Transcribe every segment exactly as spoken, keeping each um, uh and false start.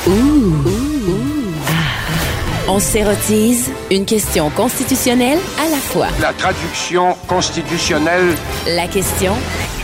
Ouh. Ouh. Ah. On s'érotise une question constitutionnelle à la fois. La traduction constitutionnelle. La question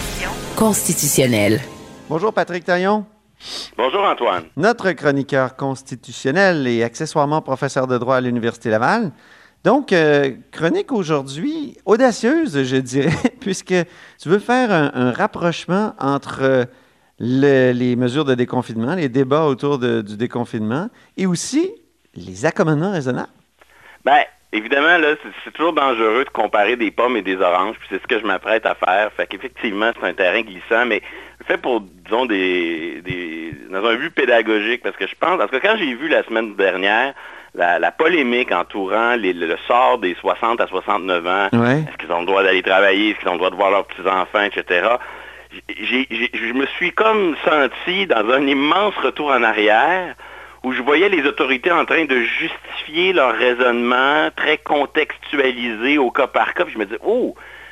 constitutionnelle. Bonjour Patrick Taillon. Bonjour Antoine. Notre chroniqueur constitutionnel et accessoirement professeur de droit à l'Université Laval. Donc, euh, chronique aujourd'hui audacieuse, je dirais, puisque tu veux faire un, un rapprochement entre euh, le, les mesures de déconfinement, les débats autour de, du déconfinement et aussi les accommodements raisonnables. Bien, évidemment, là, c'est, c'est toujours dangereux de comparer des pommes et des oranges, puis c'est ce que je m'apprête à faire. Fait qu'effectivement, c'est un terrain glissant, mais fait pour, disons, des, des dans un but pédagogique, parce que je pense, parce que quand j'ai vu la semaine dernière la, la polémique entourant les, le, le sort des soixante à soixante-neuf ans, ouais. Est-ce qu'ils ont le droit d'aller travailler, est-ce qu'ils ont le droit de voir leurs petits-enfants, et cetera, j'ai, j'ai, je me suis comme senti dans un immense retour en arrière, où je voyais les autorités en train de justifier leur raisonnement très contextualisé au cas par cas, puis je me disais, oh,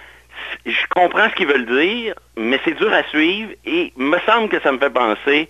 je comprends ce qu'ils veulent dire, mais c'est dur à suivre, et il me semble que ça me fait penser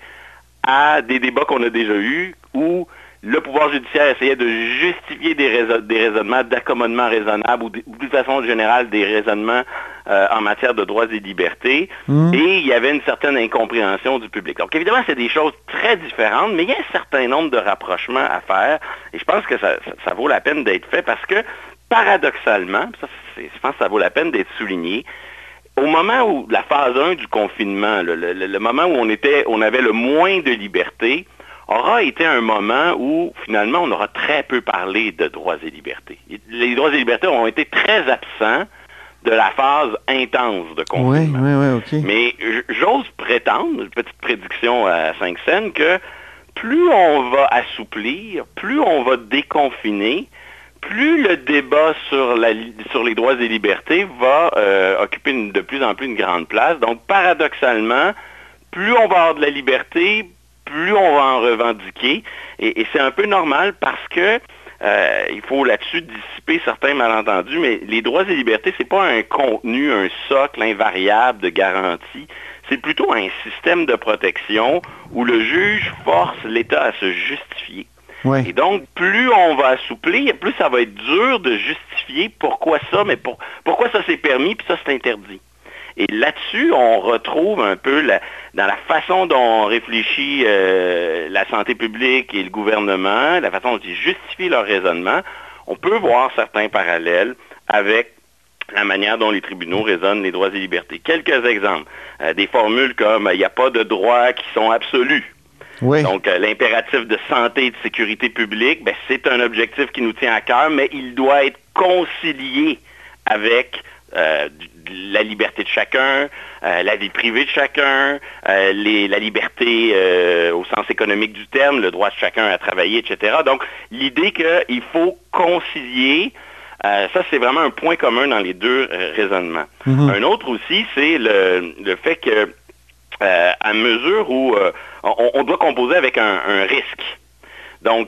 à des débats qu'on a déjà eus, où le pouvoir judiciaire essayait de justifier des, raison- des raisonnements d'accommodement raisonnable, ou, de, ou de façon générale des raisonnements euh, en matière de droits et libertés, mmh. et il y avait une certaine incompréhension du public. Donc évidemment, c'est des choses très différentes, mais il y a un certain nombre de rapprochements à faire, et je pense que ça, ça, ça vaut la peine d'être fait, parce que paradoxalement, ça, c'est, je pense que ça vaut la peine d'être souligné, au moment où la phase un du confinement, le, le, le moment où on était, on avait le moins de liberté, aura été un moment où, finalement, on aura très peu parlé de droits et libertés. Les droits et libertés ont été très absents de la phase intense de confinement. Oui, oui, oui, OK. Mais j'ose prétendre, une petite prédiction à cinq cents, que plus on va assouplir, plus on va déconfiner, plus le débat sur, la, sur les droits et libertés va euh, occuper une, de plus en plus une grande place. Donc, paradoxalement, plus on va avoir de la liberté, plus on va en revendiquer. Et, et c'est un peu normal parce que euh, il faut là-dessus dissiper certains malentendus, mais les droits et libertés, c'est pas un contenu, un socle invariable de garantie. C'est plutôt un système de protection où le juge force l'État à se justifier. Ouais. Et donc, plus on va assouplir, plus ça va être dur de justifier pourquoi ça, mais pour, pourquoi ça c'est permis, puis ça c'est interdit. Et là-dessus, on retrouve un peu la, dans la façon dont on réfléchit euh, la santé publique et le gouvernement, la façon dont ils justifient leur raisonnement, on peut voir certains parallèles avec la manière dont les tribunaux raisonnent les droits et libertés. Quelques exemples. Euh, des formules comme « il n'y a pas de droits qui sont absolus ». Oui. Donc, euh, l'impératif de santé et de sécurité publique, ben, c'est un objectif qui nous tient à cœur, mais il doit être concilié avec euh, la liberté de chacun, euh, la vie privée de chacun, euh, les, la liberté euh, au sens économique du terme, le droit de chacun à travailler, et cetera. Donc, l'idée qu'il faut concilier, euh, ça, c'est vraiment un point commun dans les deux euh, raisonnements. Mm-hmm. Un autre aussi, c'est le, le fait que, euh, à mesure où euh, on, on doit composer avec un, un risque. Donc,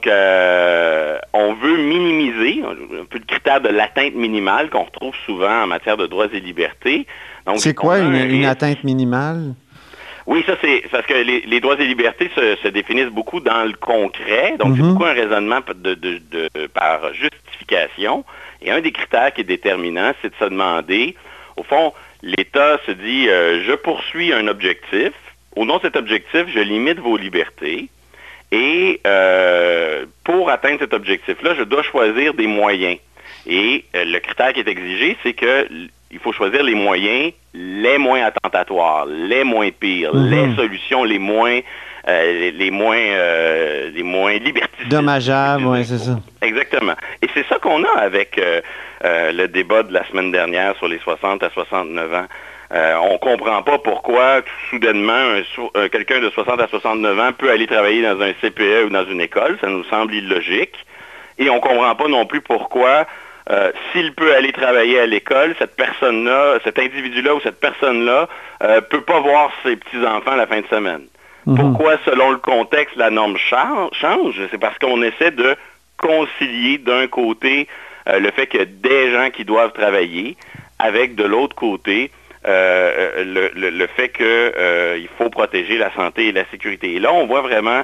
euh, on veut minimiser un peu le critère de l'atteinte minimale qu'on retrouve souvent en matière de droits et libertés. Donc, c'est quoi une, une atteinte minimale? Oui, ça c'est parce que les, les droits et libertés se, se définissent beaucoup dans le concret. Donc, mm-hmm. c'est beaucoup un raisonnement de, de, de, de, par justification. Et un des critères qui est déterminant, c'est de se demander, au fond, l'État se dit, euh, je poursuis un objectif. Au nom de cet objectif, je limite vos libertés. Et euh, pour atteindre cet objectif-là, je dois choisir des moyens. Et euh, le critère qui est exigé, c'est que il faut choisir les moyens les moins attentatoires, les moins pires, mm-hmm. les solutions les moins euh, les, les moins euh, les moins liberticides. Dommageables, oui, c'est ça. Exactement. Et c'est ça qu'on a avec euh, euh, le débat de la semaine dernière sur les soixante à soixante-neuf ans. Euh, on ne comprend pas pourquoi, soudainement, un, un, quelqu'un de soixante à soixante-neuf ans peut aller travailler dans un C P E ou dans une école. Ça nous semble illogique. Et on ne comprend pas non plus pourquoi, euh, s'il peut aller travailler à l'école, cette personne-là, cet individu-là ou cette personne-là euh, peut pas voir ses petits-enfants la fin de semaine. Mm-hmm. Pourquoi, selon le contexte, la norme change? C'est parce qu'on essaie de concilier d'un côté euh, le fait qu'il y a des gens qui doivent travailler, avec de l'autre côté Euh, le, le, le fait qu'il euh, faut protéger la santé et la sécurité. Et là, on voit vraiment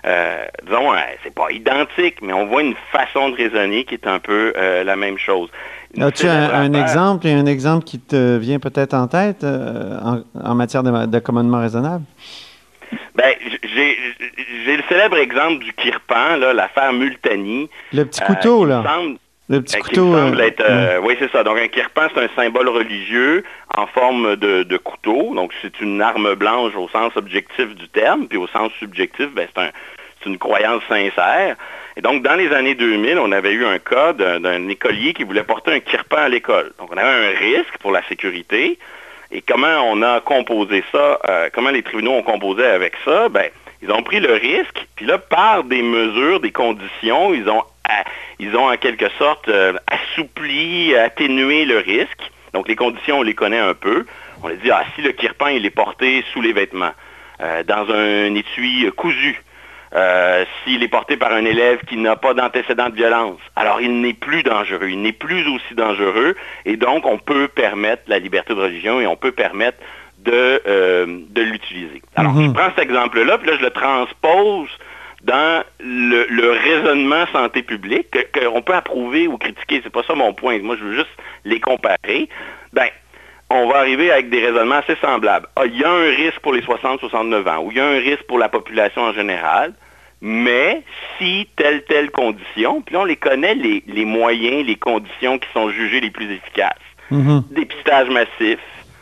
euh, disons, euh, c'est pas identique, mais on voit une façon de raisonner qui est un peu euh, la même chose. As-tu un, un exemple et un exemple qui te vient peut-être en tête euh, en, en matière d'accommodement raisonnable? Ben, j'ai, j'ai le célèbre exemple du Kirpan, là, l'affaire Multani. Le petit couteau, euh, là. Semble, le petit euh, couteau. Qui semble être, euh, ouais. Oui, c'est ça. Donc, un Kirpan, c'est un symbole religieux en forme de, de couteau. Donc, c'est une arme blanche au sens objectif du terme. Puis, au sens subjectif, ben, c'est, un, c'est une croyance sincère. Et donc, dans les années deux mille, on avait eu un cas d'un, d'un écolier qui voulait porter un Kirpan à l'école. Donc, on avait un risque pour la sécurité. Et comment on a composé ça, euh, comment les tribunaux ont composé avec ça, ben, ils ont pris le risque, puis là, par des mesures, des conditions, ils ont, à, ils ont en quelque sorte euh, assoupli, atténué le risque. Donc, les conditions, on les connaît un peu. On a dit, ah, si le Kirpan, il est porté sous les vêtements, euh, dans un étui cousu, Euh, s'il est porté par un élève qui n'a pas d'antécédent de violence, alors il n'est plus dangereux, il n'est plus aussi dangereux, et donc on peut permettre la liberté de religion et on peut permettre de, euh, de l'utiliser. Alors, mm-hmm. je prends cet exemple-là, puis là, je le transpose dans le, le raisonnement santé publique, que, qu'on peut approuver ou critiquer, c'est pas ça mon point, moi je veux juste les comparer. Ben, on va arriver avec des raisonnements assez semblables. Ah, il y a un risque pour les soixante à soixante-neuf ans, ou il y a un risque pour la population en général, mais si telle, telle condition, puis là, on les connaît, les, les moyens, les conditions qui sont jugées les plus efficaces. Mm-hmm. Dépistage massif,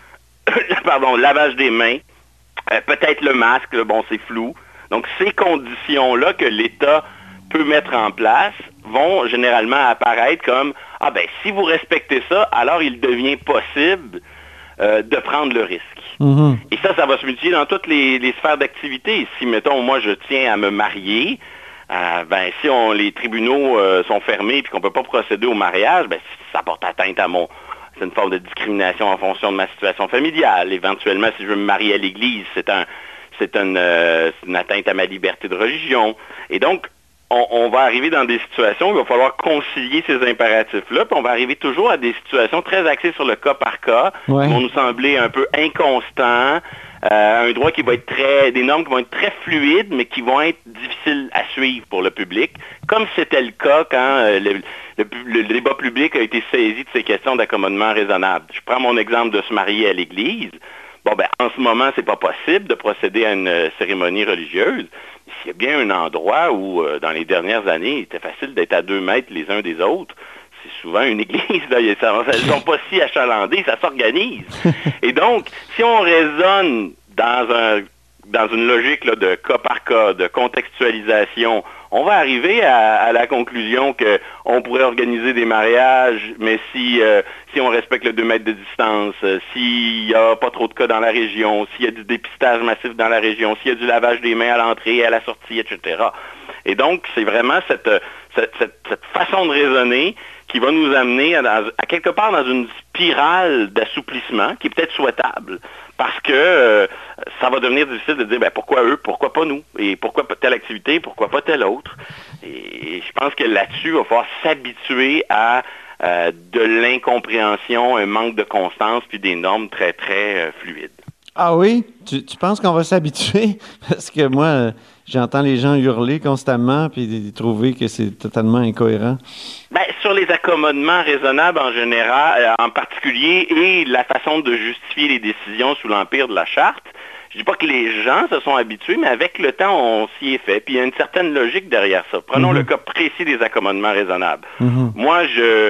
pardon, lavage des mains, euh, peut-être le masque, là, bon, c'est flou. Donc, ces conditions-là que l'État peut mettre en place vont généralement apparaître comme « Ah ben, si vous respectez ça, alors il devient possible euh, de prendre le risque. Mm-hmm. » Et ça, ça va se multiplier dans toutes les, les sphères d'activité. Si, mettons, moi, je tiens à me marier, euh, ben, si on, les tribunaux euh, sont fermés et qu'on ne peut pas procéder au mariage, ben, ça porte atteinte à mon... C'est une forme de discrimination en fonction de ma situation familiale. Éventuellement, si je veux me marier à l'Église, c'est, un, c'est, une, euh, c'est une atteinte à ma liberté de religion. Et donc, On, on va arriver dans des situations où il va falloir concilier ces impératifs-là, puis on va arriver toujours à des situations très axées sur le cas par cas, ouais. qui vont nous sembler un peu inconstants, euh, un droit qui va être très, des normes qui vont être très fluides, mais qui vont être difficiles à suivre pour le public, comme c'était le cas quand euh, le, le, le débat public a été saisi de ces questions d'accommodement raisonnable. Je prends mon exemple de se marier à l'Église. Bon, ben, en ce moment, c'est pas possible de procéder à une euh, cérémonie religieuse. S'il y a bien un endroit où, euh, dans les dernières années, il était facile d'être à deux mètres les uns des autres, c'est souvent une église. Là, elles ne sont pas si achalandées, ça s'organise. Et donc, si on raisonne dans, un, dans une logique là, de cas par cas, de contextualisation, on va arriver à, à la conclusion qu'on pourrait organiser des mariages, mais si, euh, si on respecte le deux mètres de distance, euh, s'il n'y a pas trop de cas dans la région, s'il y a du dépistage massif dans la région, s'il y a du lavage des mains à l'entrée et à la sortie, et cetera. Et donc, c'est vraiment cette, cette, cette, cette façon de raisonner qui va nous amener à, à quelque part dans une spirale d'assouplissement qui est peut-être souhaitable. Parce que euh, ça va devenir difficile de dire ben, pourquoi eux, pourquoi pas nous, et pourquoi telle activité, pourquoi pas telle autre. Et je pense que là-dessus, il va falloir s'habituer à euh, de l'incompréhension, un manque de constance, puis des normes très, très euh, fluides. Ah oui? Tu, tu penses qu'on va s'habituer? Parce que moi, euh, j'entends les gens hurler constamment puis trouver que c'est totalement incohérent. Bien, sur les accommodements raisonnables en général, euh, en particulier, et la façon de justifier les décisions sous l'empire de la charte, je ne dis pas que les gens se sont habitués, mais avec le temps, on s'y est fait. Puis il y a une certaine logique derrière ça. Prenons mm-hmm. le cas précis des accommodements raisonnables. Mm-hmm. Moi, je,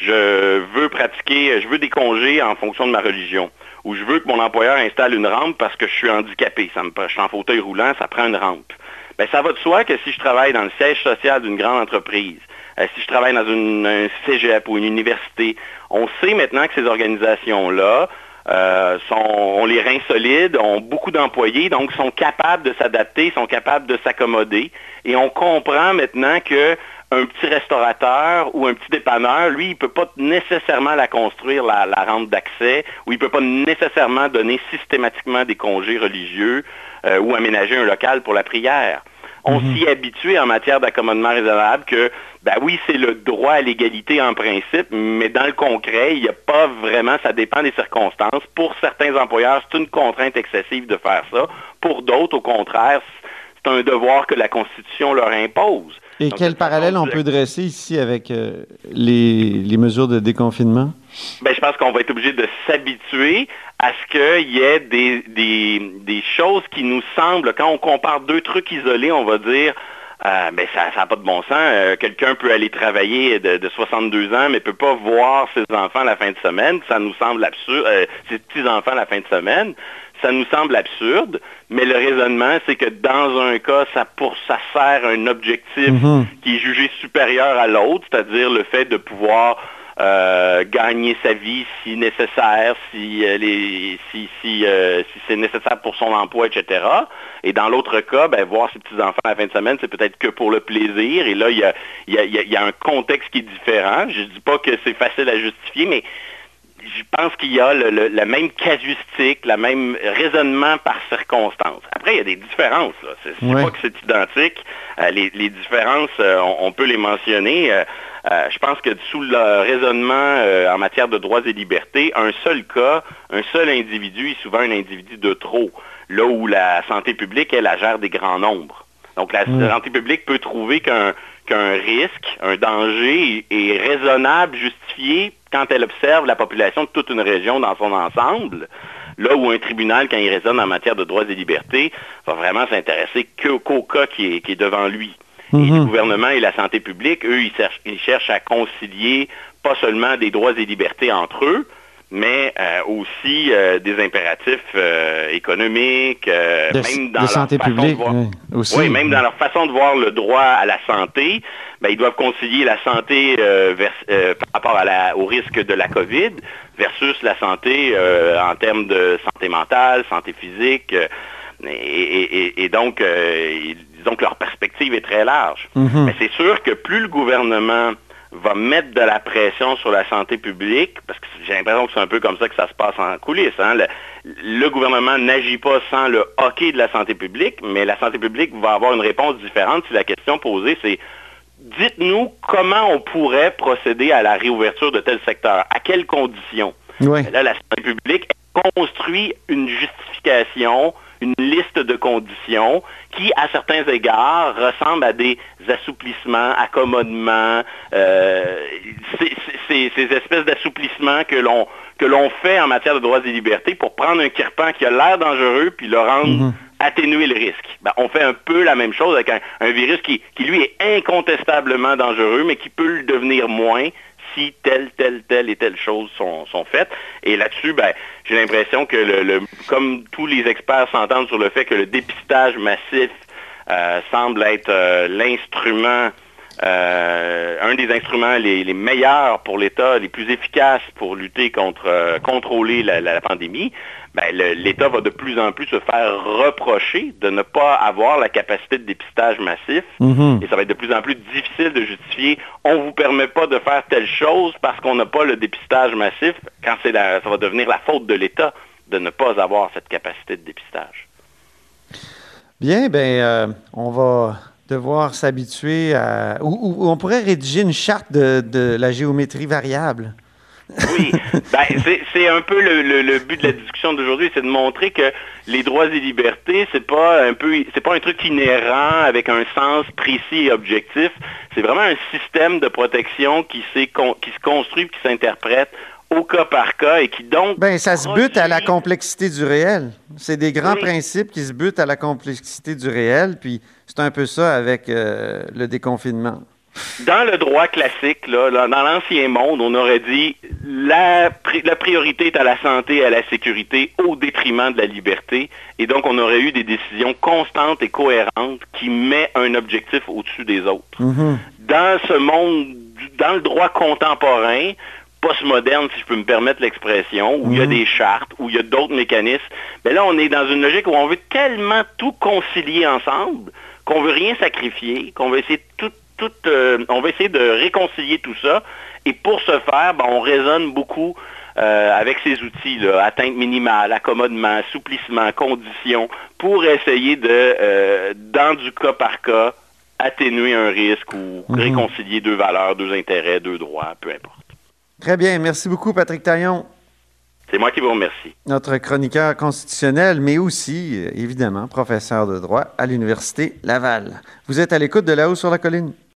je veux pratiquer, je veux des congés en fonction de ma religion. Ou je veux que mon employeur installe une rampe parce que je suis handicapé. Ça me, je suis en fauteuil roulant, ça prend une rampe. Bien, ça va de soi que si je travaille dans le siège social d'une grande entreprise, euh, si je travaille dans une, un cégep ou une université, on sait maintenant que ces organisations-là euh, sont, ont les reins solides, ont beaucoup d'employés, donc sont capables de s'adapter, sont capables de s'accommoder. Et on comprend maintenant que un petit restaurateur ou un petit dépanneur, lui, il ne peut pas nécessairement la construire, la, la rampe d'accès, ou il ne peut pas nécessairement donner systématiquement des congés religieux euh, ou aménager un local pour la prière. On mm-hmm. s'y est habitué en matière d'accommodement raisonnable que, ben oui, c'est le droit à l'égalité en principe, mais dans le concret, il n'y a pas vraiment, ça dépend des circonstances. Pour certains employeurs, c'est une contrainte excessive de faire ça. Pour d'autres, au contraire, c'est un devoir que la Constitution leur impose. Et Donc, quel parallèle on peut dresser ici avec euh, les, les mesures de déconfinement? Ben, je pense qu'on va être obligé de s'habituer à ce qu'il y ait des, des, des choses qui nous semblent, quand on compare deux trucs isolés, on va dire, euh, ben, ça n'a pas de bon sens. Euh, quelqu'un peut aller travailler de, de soixante-deux ans, mais ne peut pas voir ses enfants la fin de semaine. Ça nous semble absurde. Euh, ses petits-enfants la fin de semaine. Ça nous semble absurde, mais le raisonnement, c'est que dans un cas, ça, pour, ça sert un objectif mm-hmm. qui est jugé supérieur à l'autre, c'est-à-dire le fait de pouvoir euh, gagner sa vie si nécessaire, si, euh, les, si, si, euh, si c'est nécessaire pour son emploi, et cetera. Et dans l'autre cas, ben, voir ses petits-enfants à la fin de semaine, c'est peut-être que pour le plaisir. Et là, il y a, y a, y a un contexte qui est différent. Je ne dis pas que c'est facile à justifier, mais je pense qu'il y a le, le, la même casuistique, le même raisonnement par circonstance. Après, il y a des différences. Là. C'est, c'est ouais. pas que c'est identique. Euh, les, les différences, euh, on, on peut les mentionner. Euh, euh, je pense que sous le raisonnement euh, en matière de droits et libertés, un seul cas, un seul individu est souvent un individu de trop. Là où la santé publique, elle, elle gère des grands nombres. Donc, la mmh. santé publique peut trouver qu'un, qu'un risque, un danger est raisonnable, justifié quand elle observe la population de toute une région dans son ensemble. Là où un tribunal, quand il raisonne en matière de droits et libertés, va vraiment s'intéresser qu'au, qu'au cas qui est, qui est devant lui. Mmh. Et le gouvernement et la santé publique, eux, ils cherchent, ils cherchent à concilier pas seulement des droits et libertés entre eux, mais euh, aussi euh, des impératifs euh, économiques, euh, de, même dans de leur santé façon publique, de voir, oui, aussi. Oui, même dans leur façon de voir le droit à la santé, ben, ils doivent concilier la santé euh, vers, euh, par rapport à la, au risque de la COVID versus la santé euh, en termes de santé mentale, santé physique, euh, et, et, et, et donc, euh, disons que leur perspective est très large. Mm-hmm. Mais c'est sûr que plus le gouvernement va mettre de la pression sur la santé publique, parce que j'ai l'impression que c'est un peu comme ça que ça se passe en coulisses. Hein? Le, le gouvernement n'agit pas sans le hockey de la santé publique, mais la santé publique va avoir une réponse différente si la question posée, c'est dites-nous comment on pourrait procéder à la réouverture de tel secteur, à quelles conditions. Oui. Là, la santé publique construit une justification, une liste de conditions qui, à certains égards, ressemblent à des assouplissements, accommodements, euh, c'est, c'est, ces espèces d'assouplissements que l'on, que l'on fait en matière de droits et libertés pour prendre un kirpan qui a l'air dangereux puis le rendre mm-hmm. atténuer le risque. Ben, on fait un peu la même chose avec un, un virus qui, qui, lui, est incontestablement dangereux, mais qui peut le devenir moins si telle, telle, telle et telle chose sont, sont faites. Et là-dessus, ben, j'ai l'impression que, le, le, comme tous les experts s'entendent sur le fait que le dépistage massif euh, semble être euh, l'instrument, euh, un des instruments les, les meilleurs pour l'État, les plus efficaces pour lutter contre, euh, contrôler la, la, la pandémie, ben, le, l'État va de plus en plus se faire reprocher de ne pas avoir la capacité de dépistage massif. Mm-hmm. Et ça va être de plus en plus difficile de justifier « on ne vous permet pas de faire telle chose parce qu'on n'a pas le dépistage massif » quand c'est la, ça va devenir la faute de l'État de ne pas avoir cette capacité de dépistage. Bien, bien, euh, on va devoir s'habituer à... Ou, ou on pourrait rédiger une charte de, de la géométrie variable. Oui, ben, c'est, c'est un peu le, le, le but de la discussion d'aujourd'hui, c'est de montrer que les droits et libertés, c'est pas un peu, c'est pas un truc inhérent avec un sens précis et objectif. C'est vraiment un système de protection qui, s'est con, qui se construit et qui s'interprète au cas par cas et qui donc... Ben, ça se bute à la complexité du réel. C'est des grands oui. principes qui se butent à la complexité du réel, puis c'est un peu ça avec euh, le déconfinement. Dans le droit classique, là, là, dans l'ancien monde, on aurait dit la, la priorité est à la santé et à la sécurité au détriment de la liberté. Et donc, on aurait eu des décisions constantes et cohérentes qui mettent un objectif au-dessus des autres. Mm-hmm. Dans ce monde, dans le droit contemporain, postmoderne, si je peux me permettre l'expression, où mm-hmm. il y a des chartes, où il y a d'autres mécanismes, mais là, on est dans une logique où on veut tellement tout concilier ensemble qu'on veut rien sacrifier, qu'on veut essayer de tout Tout, euh, on va essayer de réconcilier tout ça. Et pour ce faire, ben, on raisonne beaucoup euh, avec ces outils, là, atteinte minimale, accommodement, assouplissement, conditions, pour essayer de, euh, dans du cas par cas, atténuer un risque ou mm-hmm. réconcilier deux valeurs, deux intérêts, deux droits, peu importe. Très bien. Merci beaucoup, Patrick Taillon. C'est moi qui vous remercie. Notre chroniqueur constitutionnel, mais aussi, évidemment, professeur de droit à l'Université Laval. Vous êtes à l'écoute de Là-haut sur la colline.